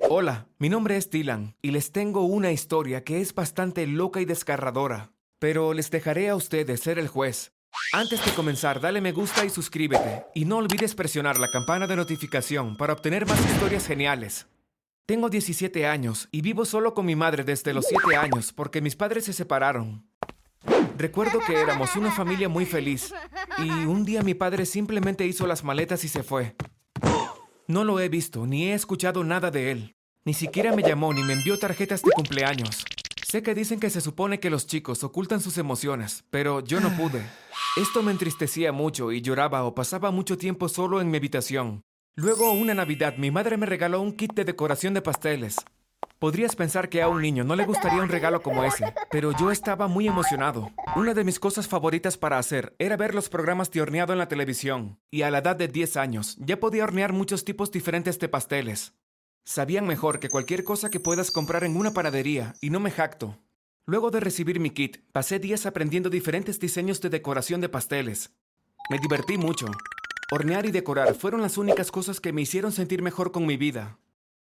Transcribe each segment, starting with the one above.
Hola, mi nombre es Dylan y les tengo una historia que es bastante loca y desgarradora, pero les dejaré a ustedes ser el juez. Antes de comenzar, dale me gusta y suscríbete, y no olvides presionar la campana de notificación para obtener más historias geniales. Tengo 17 años y vivo solo con mi madre desde los 7 años porque mis padres se separaron. Recuerdo que éramos una familia muy feliz y un día mi padre simplemente hizo las maletas y se fue. No lo he visto ni he escuchado nada de él. Ni siquiera me llamó ni me envió tarjetas de cumpleaños. Sé que dicen que se supone que los chicos ocultan sus emociones, pero yo no pude. Esto me entristecía mucho y lloraba o pasaba mucho tiempo solo en mi habitación. Luego, una Navidad, mi madre me regaló un kit de decoración de pasteles. Podrías pensar que a un niño no le gustaría un regalo como ese, pero yo estaba muy emocionado. Una de mis cosas favoritas para hacer era ver los programas de horneado en la televisión, y a la edad de 10 años ya podía hornear muchos tipos diferentes de pasteles. Sabían mejor que cualquier cosa que puedas comprar en una panadería, y no me jacto. Luego de recibir mi kit, pasé días aprendiendo diferentes diseños de decoración de pasteles. Me divertí mucho. Hornear y decorar fueron las únicas cosas que me hicieron sentir mejor con mi vida.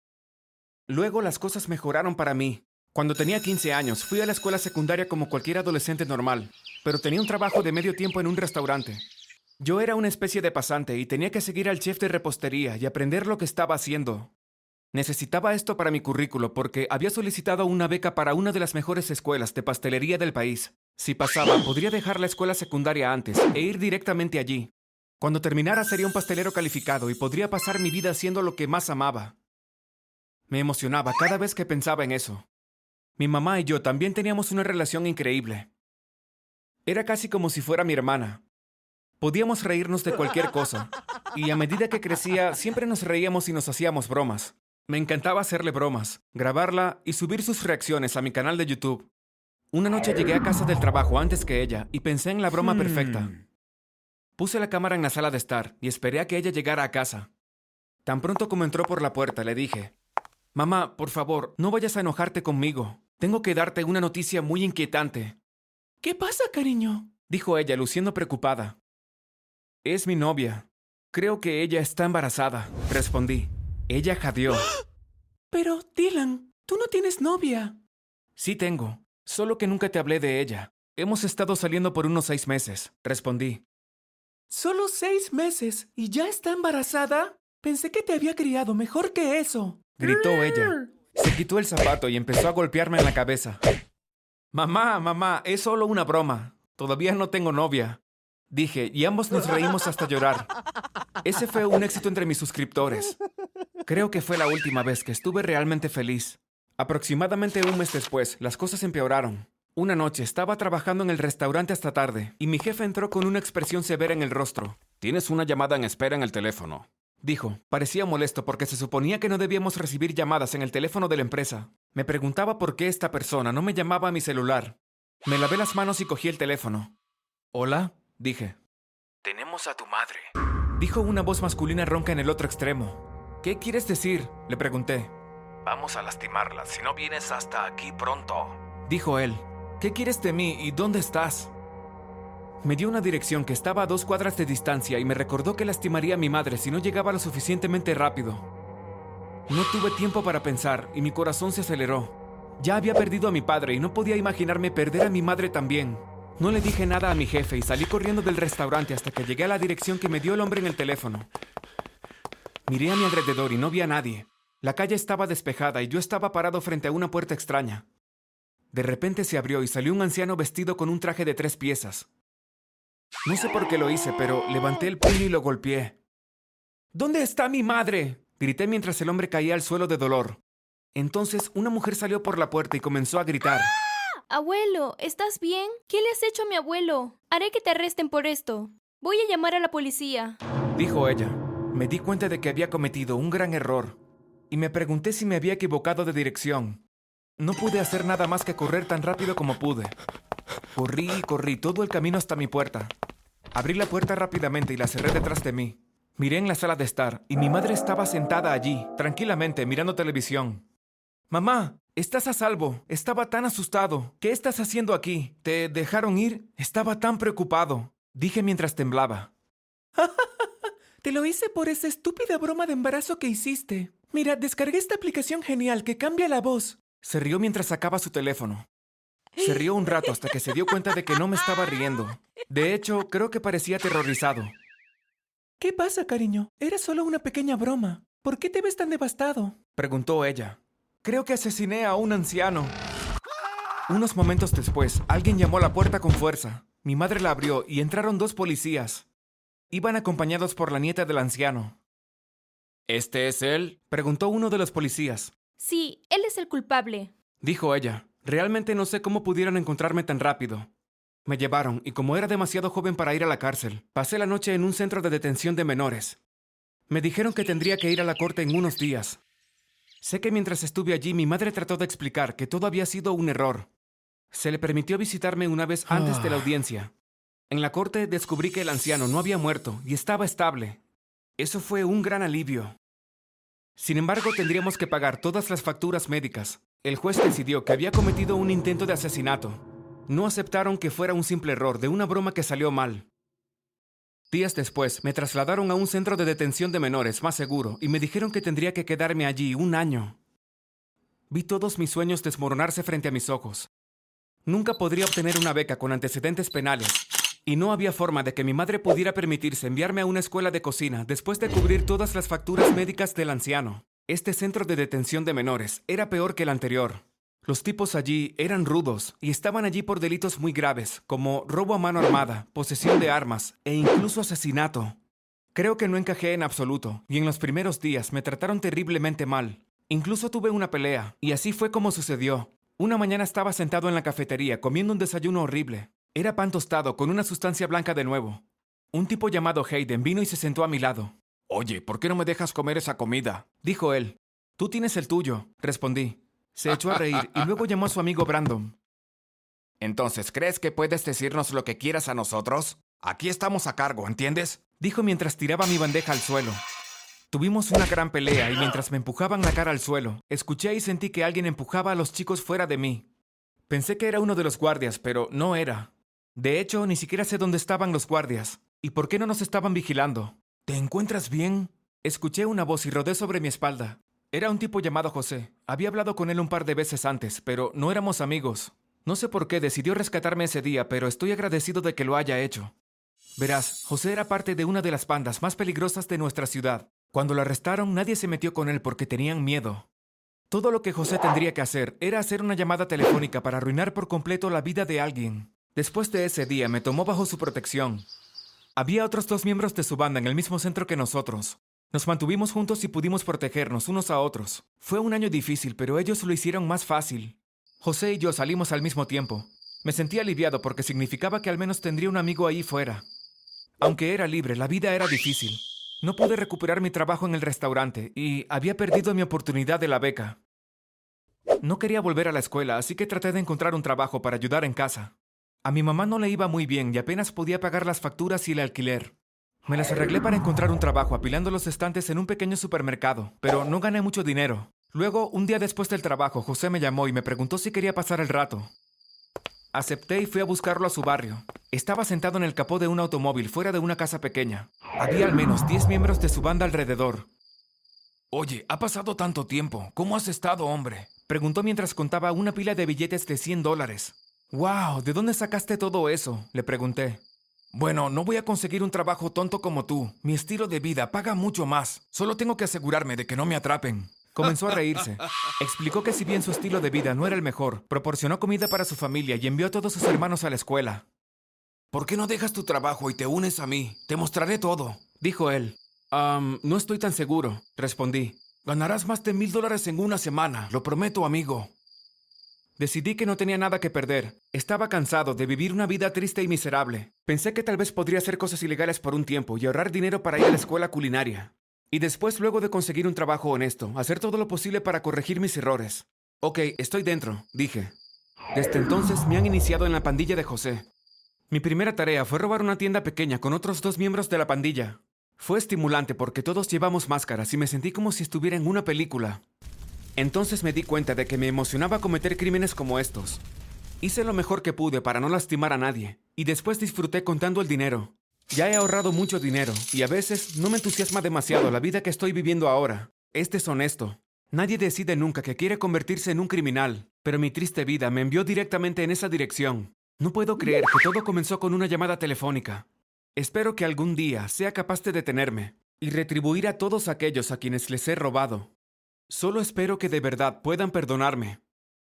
Luego las cosas mejoraron para mí. Cuando tenía 15 años, fui a la escuela secundaria como cualquier adolescente normal, pero tenía un trabajo de medio tiempo en un restaurante. Yo era una especie de pasante y tenía que seguir al chef de repostería y aprender lo que estaba haciendo. Necesitaba esto para mi currículo porque había solicitado una beca para una de las mejores escuelas de pastelería del país. Si pasaba, podría dejar la escuela secundaria antes e ir directamente allí. Cuando terminara sería un pastelero calificado y podría pasar mi vida haciendo lo que más amaba. Me emocionaba cada vez que pensaba en eso. Mi mamá y yo también teníamos una relación increíble. Era casi como si fuera mi hermana. Podíamos reírnos de cualquier cosa, y a medida que crecía siempre nos reíamos y nos hacíamos bromas. Me encantaba hacerle bromas, grabarla y subir sus reacciones a mi canal de YouTube. Una noche llegué a casa del trabajo antes que ella y pensé en la broma perfecta. Puse la cámara en la sala de estar y esperé a que ella llegara a casa. Tan pronto como entró por la puerta, le dije: «Mamá, por favor, no vayas a enojarte conmigo. Tengo que darte una noticia muy inquietante». «¿Qué pasa, cariño?», dijo ella, luciendo preocupada. «Es mi novia. Creo que ella está embarazada», respondí. Ella jadeó. «Pero, Dylan, tú no tienes novia». «Sí tengo, solo que nunca te hablé de ella. Hemos estado saliendo por unos 6 meses», respondí. «¿Solo 6 meses y ya está embarazada? Pensé que te había criado mejor que eso», gritó ella. Se quitó el zapato y empezó a golpearme en la cabeza. Mamá, es solo una broma. Todavía no tengo novia», dije, y ambos nos reímos hasta llorar. Ese fue un éxito entre mis suscriptores. Creo que fue la última vez que estuve realmente feliz. Aproximadamente un mes después, las cosas empeoraron. Una noche estaba trabajando en el restaurante hasta tarde, y mi jefe entró con una expresión severa en el rostro. «Tienes una llamada en espera en el teléfono», dijo. Parecía molesto porque se suponía que no debíamos recibir llamadas en el teléfono de la empresa. Me preguntaba por qué esta persona no me llamaba a mi celular. Me lavé las manos y cogí el teléfono. «¿Hola?», dije. «Tenemos a tu madre», dijo una voz masculina ronca en el otro extremo. «¿Qué quieres decir?», le pregunté. «Vamos a lastimarla si no vienes hasta aquí pronto», dijo él. «¿Qué quieres de mí y dónde estás?». Me dio una dirección que estaba a 2 cuadras de distancia y me recordó que lastimaría a mi madre si no llegaba lo suficientemente rápido. No tuve tiempo para pensar y mi corazón se aceleró. Ya había perdido a mi padre y no podía imaginarme perder a mi madre también. No le dije nada a mi jefe y salí corriendo del restaurante hasta que llegué a la dirección que me dio el hombre en el teléfono. Miré a mi alrededor y no vi a nadie. La calle estaba despejada y yo estaba parado frente a una puerta extraña. De repente se abrió y salió un anciano vestido con un traje de 3 piezas. No sé por qué lo hice, pero levanté el puño y lo golpeé. «¿Dónde está mi madre?», grité mientras el hombre caía al suelo de dolor. Entonces una mujer salió por la puerta y comenzó a gritar. Abuelo, ¿estás bien? ¿Qué le has hecho a mi abuelo? Haré que te arresten por esto. Voy a llamar a la policía», dijo ella. Me di cuenta de que había cometido un gran error y me pregunté si me había equivocado de dirección. No pude hacer nada más que correr tan rápido como pude. Corrí y corrí todo el camino hasta mi puerta. Abrí la puerta rápidamente y la cerré detrás de mí. Miré en la sala de estar y mi madre estaba sentada allí, tranquilamente, mirando televisión. «Mamá, estás a salvo. Estaba tan asustado. ¿Qué estás haciendo aquí? ¿Te dejaron ir? Estaba tan preocupado», dije mientras temblaba. «Te lo hice por esa estúpida broma de embarazo que hiciste. Mira, descargué esta aplicación genial que cambia la voz. Se rió mientras sacaba su teléfono. Se rió un rato hasta que se dio cuenta de que no me estaba riendo. De hecho, creo que parecía aterrorizado. ¿Qué pasa, cariño? Era solo una pequeña broma. ¿Por qué te ves tan devastado? Preguntó ella. Creo que asesiné a un anciano. Unos momentos después, alguien llamó a la puerta con fuerza. Mi madre la abrió y entraron 2 policías. Iban acompañados por la nieta del anciano. ¿Este es él?, preguntó uno de los policías. Sí, él es el culpable, dijo ella. Realmente no sé cómo pudieron encontrarme tan rápido. Me llevaron y como era demasiado joven para ir a la cárcel, pasé la noche en un centro de detención de menores. Me dijeron que tendría que ir a la corte en unos días. Sé que mientras estuve allí mi madre trató de explicar que todo había sido un error. Se le permitió visitarme una vez antes de la audiencia. En la corte descubrí que el anciano no había muerto y estaba estable. Eso fue un gran alivio. Sin embargo, tendríamos que pagar todas las facturas médicas. El juez decidió que había cometido un intento de asesinato. No aceptaron que fuera un simple error de una broma que salió mal. Días después, me trasladaron a un centro de detención de menores más seguro y me dijeron que tendría que quedarme allí 1 año. Vi todos mis sueños desmoronarse frente a mis ojos. Nunca podría obtener una beca con antecedentes penales. Y no había forma de que mi madre pudiera permitirse enviarme a una escuela de cocina después de cubrir todas las facturas médicas del anciano. Este centro de detención de menores era peor que el anterior. Los tipos allí eran rudos y estaban allí por delitos muy graves, como robo a mano armada, posesión de armas e incluso asesinato. Creo que no encajé en absoluto, y en los primeros días me trataron terriblemente mal. Incluso tuve una pelea, y así fue como sucedió. Una mañana estaba sentado en la cafetería comiendo un desayuno horrible. Era pan tostado con una sustancia blanca de nuevo. Un tipo llamado Hayden vino y se sentó a mi lado. «Oye, ¿por qué no me dejas comer esa comida?», dijo él. «Tú tienes el tuyo», respondí. Se echó a reír y luego llamó a su amigo Brandon. «Entonces, ¿crees que puedes decirnos lo que quieras a nosotros? Aquí estamos a cargo, ¿entiendes?», dijo mientras tiraba mi bandeja al suelo. Tuvimos una gran pelea y mientras me empujaban la cara al suelo, escuché y sentí que alguien empujaba a los chicos fuera de mí. Pensé que era uno de los guardias, pero no era. De hecho, ni siquiera sé dónde estaban los guardias. ¿Y por qué no nos estaban vigilando? ¿Te encuentras bien?, escuché una voz y rodé sobre mi espalda. Era un tipo llamado José. Había hablado con él un par de veces antes, pero no éramos amigos. No sé por qué decidió rescatarme ese día, pero estoy agradecido de que lo haya hecho. Verás, José era parte de una de las bandas más peligrosas de nuestra ciudad. Cuando lo arrestaron, nadie se metió con él porque tenían miedo. Todo lo que José tendría que hacer era hacer una llamada telefónica para arruinar por completo la vida de alguien. Después de ese día, me tomó bajo su protección. Había otros 2 miembros de su banda en el mismo centro que nosotros. Nos mantuvimos juntos y pudimos protegernos unos a otros. Fue un año difícil, pero ellos lo hicieron más fácil. José y yo salimos al mismo tiempo. Me sentí aliviado porque significaba que al menos tendría un amigo ahí fuera. Aunque era libre, la vida era difícil. No pude recuperar mi trabajo en el restaurante y había perdido mi oportunidad de la beca. No quería volver a la escuela, así que traté de encontrar un trabajo para ayudar en casa. A mi mamá no le iba muy bien y apenas podía pagar las facturas y el alquiler. Me las arreglé para encontrar un trabajo apilando los estantes en un pequeño supermercado, pero no gané mucho dinero. Luego, un día después del trabajo, José me llamó y me preguntó si quería pasar el rato. Acepté y fui a buscarlo a su barrio. Estaba sentado en el capó de un automóvil fuera de una casa pequeña. Había al menos 10 miembros de su banda alrededor. «Oye, ha pasado tanto tiempo. ¿Cómo has estado, hombre?», preguntó mientras contaba una pila de billetes de $100. «Wow, ¿de dónde sacaste todo eso?», le pregunté. «Bueno, no voy a conseguir un trabajo tonto como tú. Mi estilo de vida paga mucho más. Solo tengo que asegurarme de que no me atrapen». Comenzó a reírse. Explicó que si bien su estilo de vida no era el mejor, proporcionó comida para su familia y envió a todos sus hermanos a la escuela. «¿Por qué no dejas tu trabajo y te unes a mí? Te mostraré todo», dijo él. No estoy tan seguro», respondí. «Ganarás más de $1000 en una semana, lo prometo, amigo». Decidí que no tenía nada que perder. Estaba cansado de vivir una vida triste y miserable. Pensé que tal vez podría hacer cosas ilegales por un tiempo y ahorrar dinero para ir a la escuela culinaria. Y después, luego de conseguir un trabajo honesto, hacer todo lo posible para corregir mis errores. «Ok, estoy dentro», dije. Desde entonces me han iniciado en la pandilla de José. Mi primera tarea fue robar una tienda pequeña con otros 2 miembros de la pandilla. Fue estimulante porque todos llevamos máscaras y me sentí como si estuviera en una película. Entonces me di cuenta de que me emocionaba cometer crímenes como estos. Hice lo mejor que pude para no lastimar a nadie, y después disfruté contando el dinero. Ya he ahorrado mucho dinero, y a veces no me entusiasma demasiado la vida que estoy viviendo ahora. Este es honesto. Nadie decide nunca que quiere convertirse en un criminal, pero mi triste vida me envió directamente en esa dirección. No puedo creer que todo comenzó con una llamada telefónica. Espero que algún día sea capaz de detenerme y retribuir a todos aquellos a quienes les he robado. Solo espero que de verdad puedan perdonarme